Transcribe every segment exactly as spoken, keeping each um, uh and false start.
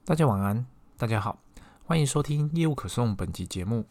大家晚安，大家好，欢迎收听业务可颂本集节目。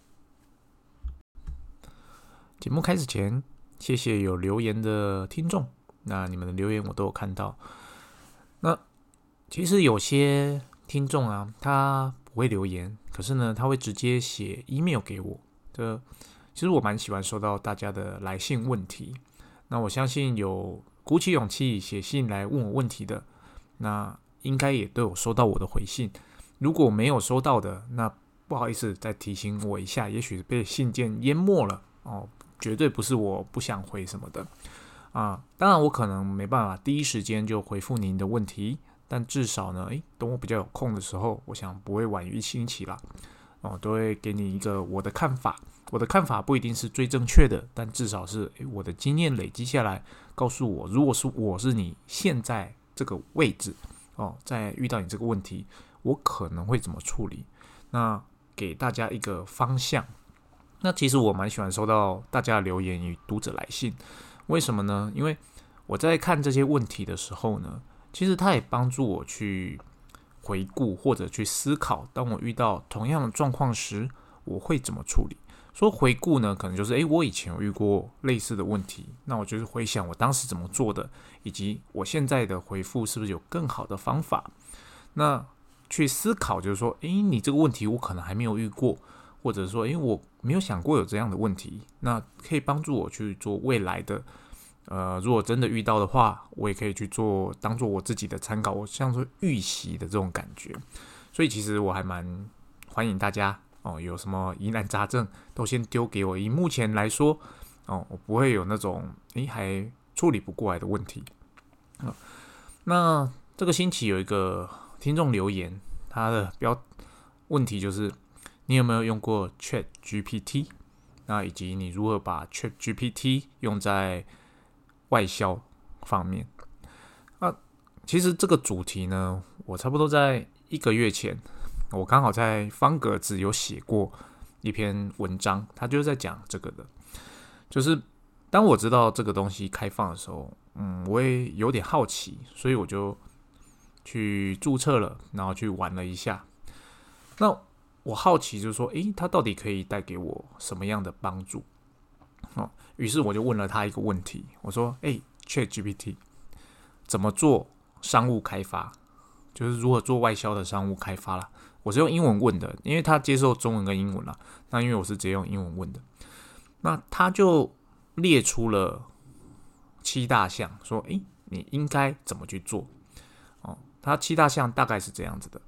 节目开始前，谢谢有留言的听众，那你们的留言我都有看到。那其实有些听众啊，他不会留言，可是呢，他会直接写 email 给我。这其实我蛮喜欢收到大家的来信问题。那我相信有鼓起勇气写信来问我问题的，那应该也都有收到我的回信。如果没有收到的，那不好意思再提醒我一下，也许被信件淹没了哦，绝对不是我不想回什么的啊。当然我可能没办法第一时间就回复您的问题，但至少呢，诶，等我比较有空的时候，我想不会晚于一星期啦，哦，都会给你一个我的看法。我的看法不一定是最正确的，但至少是我的经验累积下来，告诉我，如果是我是你现在这个位置哦，在遇到你这个问题，我可能会怎么处理？那给大家一个方向。那其实我蛮喜欢收到大家的留言与读者来信，为什么呢？因为我在看这些问题的时候呢，其实它也帮助我去回顾或者去思考，当我遇到同样的状况时，我会怎么处理？说回顾呢，可能就是诶，我以前有遇过类似的问题，那我就是回想我当时怎么做的，以及我现在的回复是不是有更好的方法。那去思考就是说，诶，你这个问题我可能还没有遇过，或者说，诶，我没有想过有这样的问题，那可以帮助我去做未来的，呃，如果真的遇到的话，我也可以去做，当做我自己的参考，我像说预习的这种感觉。所以其实我还蛮欢迎大家哦，有什么疑难杂症都先丢给我。以目前来说，哦，我不会有那种诶还处理不过来的问题。哦、那这个星期有一个听众留言，他的标问题就是你有没有用过 ChatGPT？ 那以及你如何把 ChatGPT 用在外销方面？那其实这个主题呢，我差不多在一个月前，我刚好在方格子有写过一篇文章，他就是在讲这个的，就是当我知道这个东西开放的时候，嗯，我也有点好奇，所以我就去注册了，然后去玩了一下。那我好奇就是说，诶，它到底可以带给我什么样的帮助？哦，于是我就问了他一个问题，我说，诶 ，ChatGPT 怎么做商务开发？就是如何做外销的商务开发啦。我是用英文问的，因为他接受中文跟英文啦。那因为我是直接用英文问的，那他就列出了七大项，说，诶，你应该怎么去做？哦，他七大项大概是这样子的。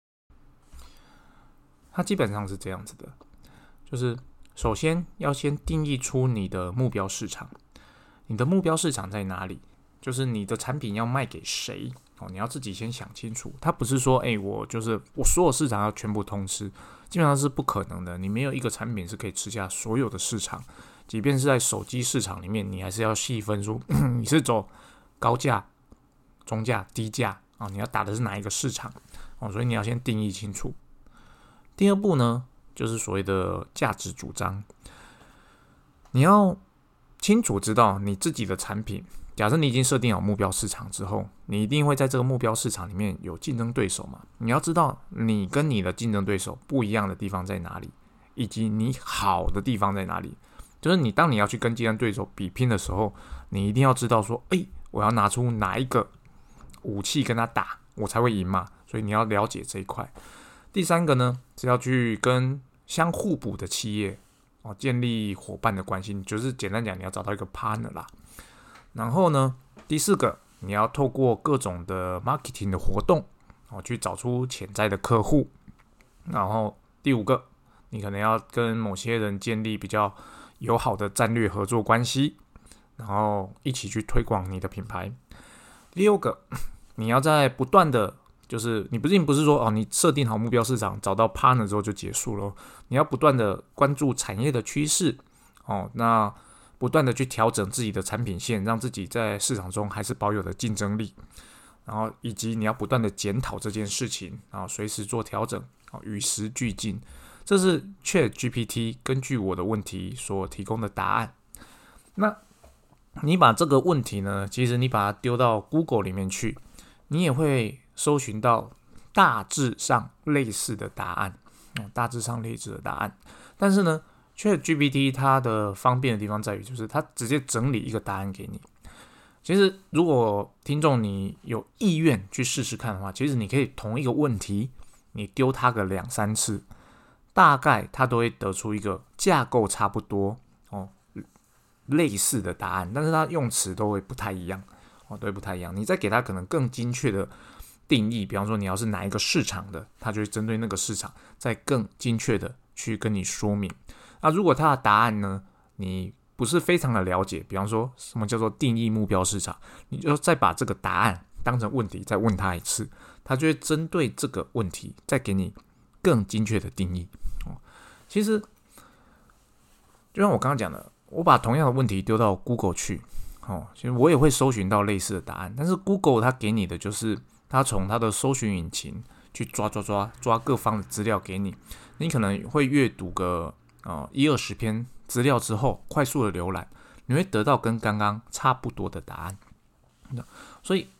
它基本上是这样子的，就是首先要先定义出你的目标市场，你的目标市场在哪里？就是你的产品要卖给谁？哦，你要自己先想清楚。它不是说，哎、欸，我就是我所有市场要全部通吃，基本上是不可能的。你没有一个产品是可以吃下所有的市场，即便是在手机市场里面，你还是要细分出你是走高价、中价、低价啊、哦，你要打的是哪一个市场哦，所以你要先定义清楚。第二步呢，就是所谓的价值主张。你要清楚知道你自己的产品，假设你已经设定好目标市场之后，你一定会在这个目标市场里面有竞争对手嘛？你要知道你跟你的竞争对手不一样的地方在哪里，以及你好的地方在哪里。就是你当你要去跟竞争对手比拼的时候，你一定要知道说，哎，我要拿出哪一个武器跟他打，我才会赢嘛。所以你要了解这一块。第三个呢，是要去跟相互补的企业哦建立伙伴的关系，就是简单讲，你要找到一个 partner 啦。然后呢，第四个，你要透过各种的 marketing 的活动哦，去找出潜在的客户。然后第五个，你可能要跟某些人建立比较友好的战略合作关系，然后一起去推广你的品牌。第六个，你要在不断的就是你不是不是说哦，你设定好目标市场，找到 partner 之后就结束了。你要不断的关注产业的趋势，哦，那不断的去调整自己的产品线，让自己在市场中还是保有的竞争力。然后以及你要不断的检讨这件事情，然后随时做调整，与时俱进。这是 ChatGPT 根据我的问题所提供的答案。那你把这个问题呢，其实你把它丢到 Google 里面去，你也会搜寻到大致上类似的答案，嗯、大致上类似的答案。但是呢 ，ChatGPT 它的方便的地方在于，就是它直接整理一个答案给你。其实，如果听众你有意愿去试试看的话，其实你可以同一个问题，你丢它个两三次，大概它都会得出一个架构差不多哦，类似的答案，但是它用词都会不太一样哦，都会不太一样。你再给它可能更精确的定义，比方说你要是哪一个市场的，它就会针对那个市场，再更精确的去跟你说明。那如果它的答案呢，你不是非常的了解，比方说什么叫做定义目标市场，你就再把这个答案当成问题再问他一次，他就会针对这个问题再给你更精确的定义。哦、其实就像我刚刚讲的，我把同样的问题丢到 Google 去，哦，其实我也会搜寻到类似的答案，但是 Google 它给你的就是它从它的搜寻引擎去抓抓抓抓各方的资料给你，你可能会阅读个呃一二十篇资料之后，快速的浏览，你会得到跟刚刚差不多的答案。所以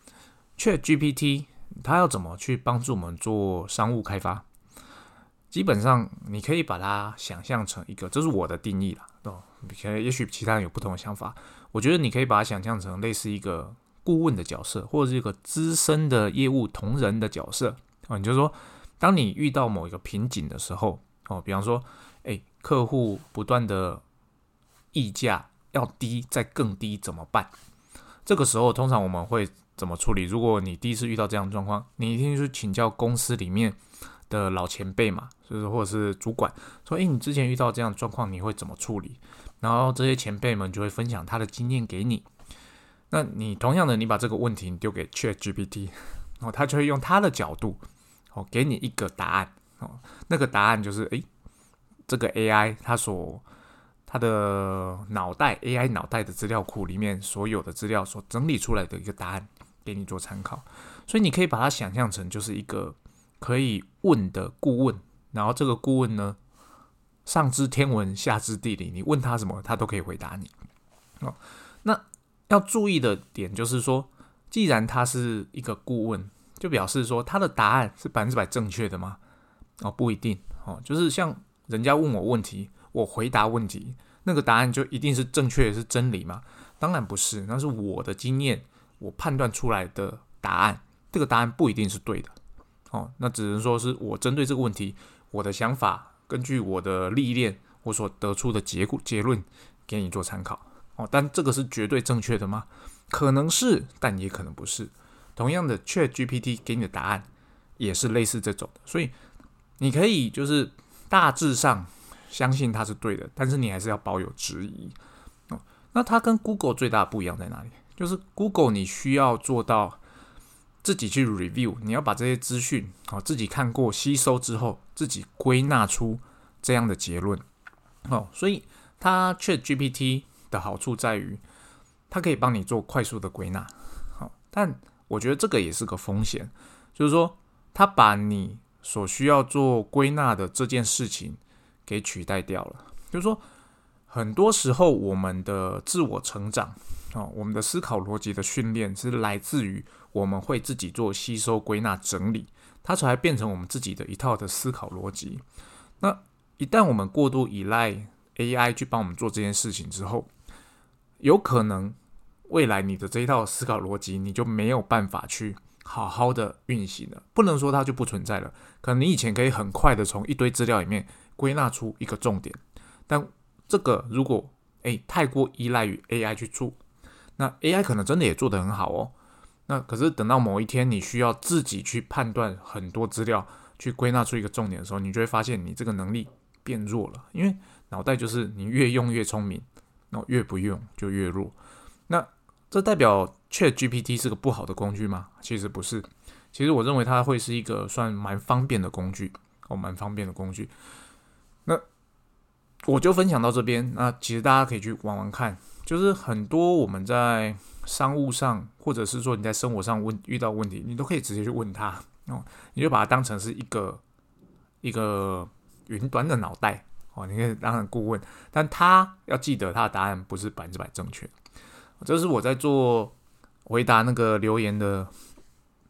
ChatGPT 它要怎么去帮助我们做商务开发？基本上你可以把它想象成一个，这是我的定义啦，哦，也许其他人有不同的想法。我觉得你可以把它想象成类似一个顾问的角色，或者是一个资深的业务同仁的角色。哦，你就说，当你遇到某一个瓶颈的时候，哦，比方说，哎，客户不断的议价要低再更低怎么办？这个时候通常我们会怎么处理？如果你第一次遇到这样的状况，你一定去请教公司里面的老前辈嘛，就是或者是主管，说，哎，你之前遇到这样的状况，你会怎么处理？然后这些前辈们就会分享他的经验给你。那你同样的，你把这个问题丢给 ChatGPT， 哦，他就会用他的角度，哦，给你一个答案。哦，那个答案就是，哎，这个 A I 它所它的脑袋 A I 脑袋的资料库里面所有的资料所整理出来的一个答案，给你做参考。所以你可以把它想象成就是一个可以问的顾问，然后这个顾问呢，上知天文下知地理，你问他什么他都可以回答你。哦，那要注意的点就是说，既然他是一个顾问，就表示说他的答案是百分之百正确的吗？哦，不一定。哦，就是像人家问我问题，我回答问题，那个答案就一定是正确的，是真理吗？当然不是，那是我的经验，我判断出来的答案，这个答案不一定是对的。哦，那只能说是我针对这个问题，我的想法，根据我的历练，我所得出的结果结论，给你做参考。哦，但这个是绝对正确的吗？可能是，但也可能不是。同样的 ，ChatGPT 给你的答案也是类似这种的，所以你可以就是大致上相信它是对的，但是你还是要保有质疑。哦，那它跟 Google 最大的不一样在哪里？就是 Google 你需要做到自己去 review， 你要把这些资讯、哦、自己看过吸收之后，自己归纳出这样的结论。哦，所以它 ChatGPT 的好处在于，它可以帮你做快速的归纳。哦，但我觉得这个也是个风险，就是说它把你所需要做归纳的这件事情给取代掉了。就是说，很多时候我们的自我成长、哦、我们的思考逻辑的训练是来自于我们会自己做吸收、归纳、整理，它才变成我们自己的一套的思考逻辑。那一旦我们过度依赖 A I 去帮我们做这件事情之后，有可能未来你的这一套思考逻辑你就没有办法去好好的运行了。不能说它就不存在了，可能你以前可以很快的从一堆资料里面归纳出一个重点，但这个如果诶太过依赖于 A I 去做，那 A I 可能真的也做得很好哦。那可是等到某一天你需要自己去判断很多资料，去归纳出一个重点的时候，你就会发现你这个能力变弱了，因为脑袋就是你越用越聪明，然后越不用就越弱。那这代表 ChatGPT 是个不好的工具吗？其实不是，其实我认为它会是一个算蛮方便的工具哦，蛮方便的工具。那我就分享到这边，那其实大家可以去玩玩看，就是很多我们在商务上，或者是说你在生活上问遇到问题，你都可以直接去问他哦，你就把它当成是一个一个云端的脑袋哦，你可以当成顾问，但他要记得他的答案不是百分之百正确。这是我在做回答那个留言的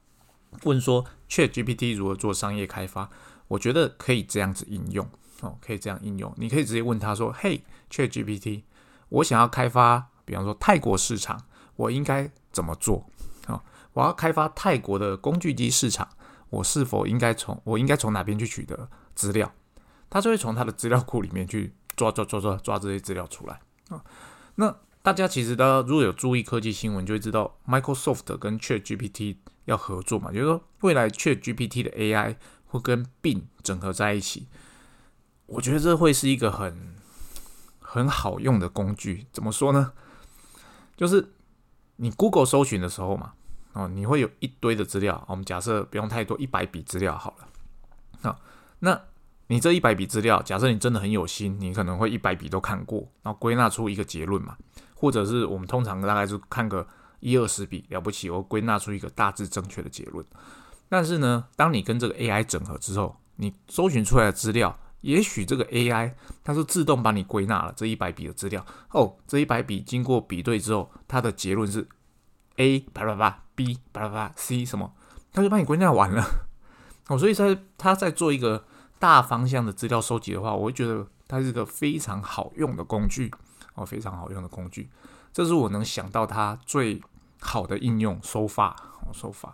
问说 ChatGPT 如何做商业开发，我觉得可以这样子应用哦，可以这样应用。你可以直接问他说：“嘿 ，ChatGPT， 我想要开发，比方说泰国市场，我应该怎么做？哦，我要开发泰国的工具机市场，我是否应该从我应该从哪边去取得资料？”他就会从他的资料库里面去抓抓抓抓抓这些资料出来啊、哦。那大家其实大家如果有注意科技新闻，就会知道 Microsoft 跟 ChatGPT 要合作嘛，就是说未来 ChatGPT 的 A I 会跟 Bing 整合在一起。我觉得这会是一个很很好用的工具。怎么说呢？就是你 Google 搜寻的时候嘛，哦，你会有一堆的资料。我们假设不用太多，一百笔资料好了。好，那你这一百笔资料，假设你真的很有心，你可能会一百笔都看过，然后归纳出一个结论嘛。或者是我们通常大概是看个一二十笔了不起，我归纳出一个大致正确的结论。但是呢，当你跟这个 A I 整合之后，你搜寻出来的资料，也许这个 A I 它是自动帮你归纳了这一百笔的资料。哦，这一百笔经过比对之后，它的结论是 A 啪啪啪 B 啪啪啪 C 什么，它就帮你归纳完了。哦，所以在它在做一个大方向的资料收集的话，我会觉得它是一个非常好用的工具哦，非常好用的工具。这是我能想到它最好的应用手法哦，手法。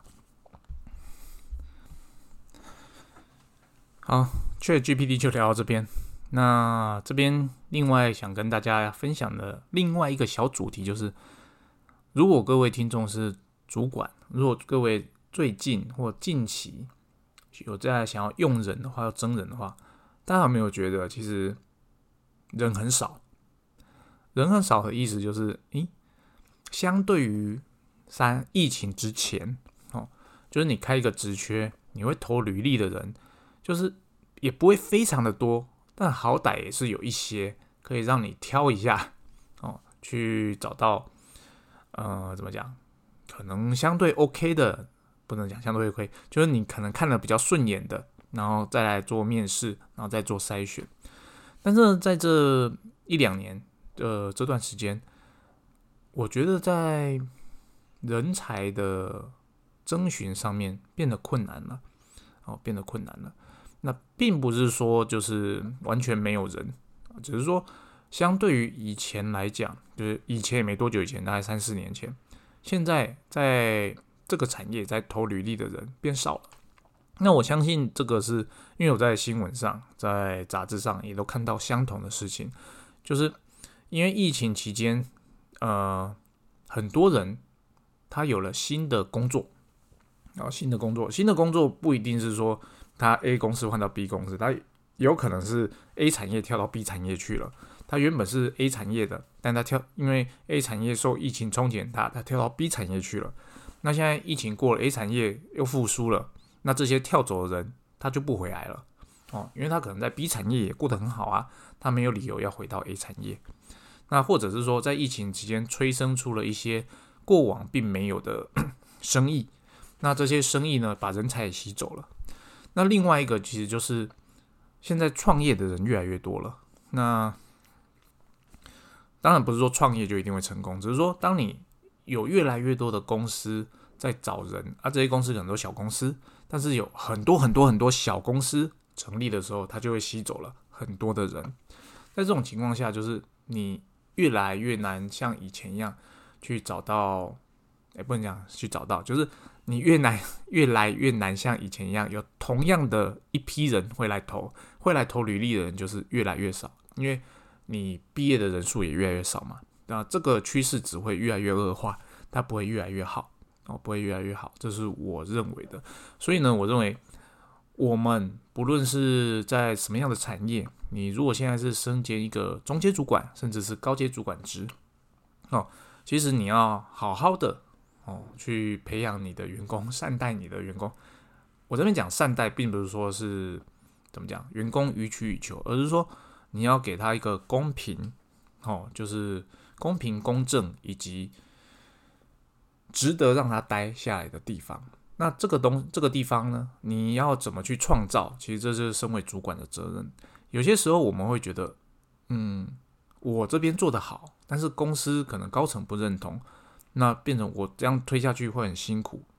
好 ，ChatGPT 就聊到这边。那这边另外想跟大家分享的另外一个小主题就是，如果各位听众是主管，如果各位最近或近期有在想要用人的话，要征人的话，大家有没有觉得其实人很少？人很少的意思就是，诶，相对于三疫情之前，哦，就是你开一个职缺，你会投履历的人，就是也不会非常的多，但好歹也是有一些可以让你挑一下，哦，去找到，呃，怎么讲，可能相对 OK 的。不能讲相对 OK， 就是你可能看得比较顺眼的，然后再来做面试，然后再做筛选。但是在这一两年的这段时间，我觉得在人才的征询上面变得困难了，哦，变得困难了。那并不是说就是完全没有人，只是说相对于以前来讲，就是以前也没多久以前，大概三四年前，现在在这个产业在投履历的人变少了。那我相信这个是因为我在新闻上、在杂志上也都看到相同的事情，就是因为疫情期间，呃，很多人他有了新的工作，然后新的工作，新的工作不一定是说他 A 公司换到 B 公司，他有可能是 A 产业跳到 B 产业去了。他原本是 A 产业的，但他跳，因为 A 产业受疫情冲击很大，他跳到 B 产业去了。那现在疫情过了 ，A 产业又复苏了，那这些跳走的人他就不回来了哦，因为他可能在 B 产业也过得很好啊，他没有理由要回到 A 产业。那或者是说，在疫情期间催生出了一些过往并没有的生意，那这些生意呢，把人才也吸走了。那另外一个其实就是现在创业的人越来越多了。那当然不是说创业就一定会成功，只是说当你有越来越多的公司在找人啊，这些公司可能都小公司，但是有很多很多很多小公司成立的时候，它就会吸走了很多的人。在这种情况下，就是你越来越难像以前一样去找到，哎，不能讲去找到，就是你越难越来越难像以前一样有同样的一批人会来投，会来投履历的人就是越来越少，因为你毕业的人数也越来越少嘛。那这个趋势只会越来越恶化，它不会越来越好哦，不会越来越好，这是我认为的。所以呢，我认为我们不论是在什么样的产业，你如果现在是升阶一个中阶主管，甚至是高阶主管职哦，其实你要好好的哦去培养你的员工，善待你的员工。我这边讲善待，并不是说是怎么讲员工予取予求，而是说你要给他一个公平哦，就是公平、公正以及值得让他待下来的地方。那这个东这个地方呢，你要怎么去创造？其实这就是身为主管的责任。有些时候我们会觉得，嗯，我这边做得好，但是公司可能高层不认同，那变成我这样推下去会很辛苦。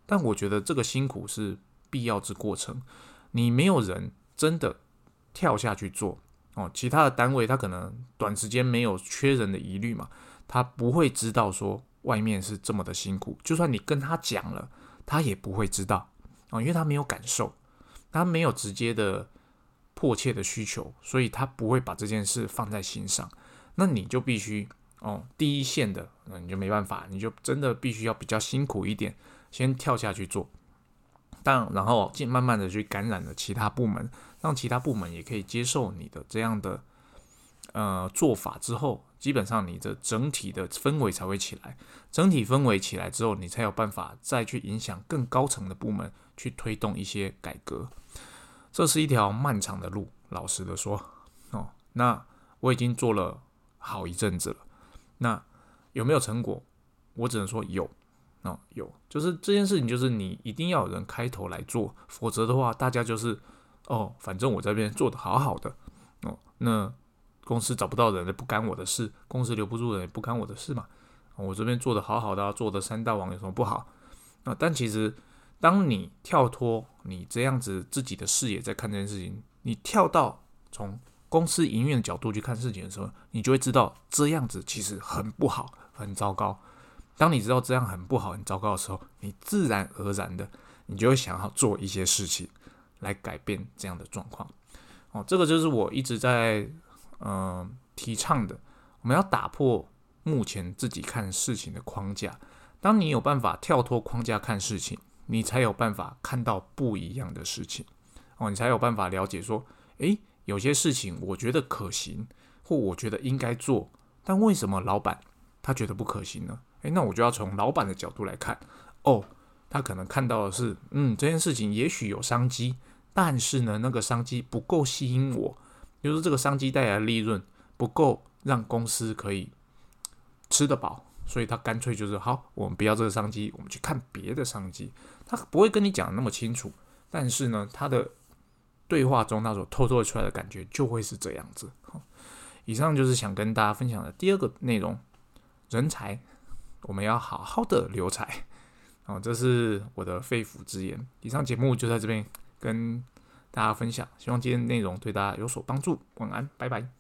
但我觉得这个辛苦是必要之过程。你没有人真的跳下去做哦，其他的单位他可能短时间没有缺人的疑虑嘛，他不会知道说外面是这么的辛苦，就算你跟他讲了，他也不会知道哦，因为他没有感受，他没有直接的迫切的需求，所以他不会把这件事放在心上。那你就必须哦，第一线的，那你就没办法，你就真的必须要比较辛苦一点，先跳下去做。但然后慢慢的去感染了其他部门，让其他部门也可以接受你的这样的呃做法之后，基本上你的整体的氛围才会起来。整体氛围起来之后，你才有办法再去影响更高层的部门，去推动一些改革。这是一条漫长的路，老实的说哦，那我已经做了好一阵子了。那有没有成果？我只能说有。哦，有，就是这件事情，就是你一定要有人开头来做，否则的话，大家就是哦，反正我这边做的好好的哦，那公司找不到人也不干我的事，公司留不住人也不干我的事嘛。哦、我这边做的好好的、啊，做的三大王有什么不好？啊、但其实当你跳脱你这样子自己的视野在看这件事情，你跳到从公司营运的角度去看事情的时候，你就会知道这样子其实很不好，很糟糕。当你知道这样很不好、很糟糕的时候，你自然而然的，你就会想要做一些事情来改变这样的状况。哦，这个就是我一直在呃提倡的，我们要打破目前自己看事情的框架。当你有办法跳脱框架看事情，你才有办法看到不一样的事情。哦，你才有办法了解说，诶，有些事情我觉得可行，或我觉得应该做，但为什么老板他觉得不可行呢？诶，那我就要从老板的角度来看，哦，他可能看到的是，嗯，这件事情也许有商机，但是呢，那个商机不够吸引我，就是这个商机带来的利润不够让公司可以吃得饱，所以他干脆就是好，我们不要这个商机，我们去看别的商机。他不会跟你讲的那么清楚，但是呢，他的对话中他所透露出来的感觉就会是这样子。以上就是想跟大家分享的第二个内容，人才。我们要好好的留才、哦、这是我的肺腑之言。以上节目就在这边跟大家分享，希望今天的内容对大家有所帮助。晚安，拜拜。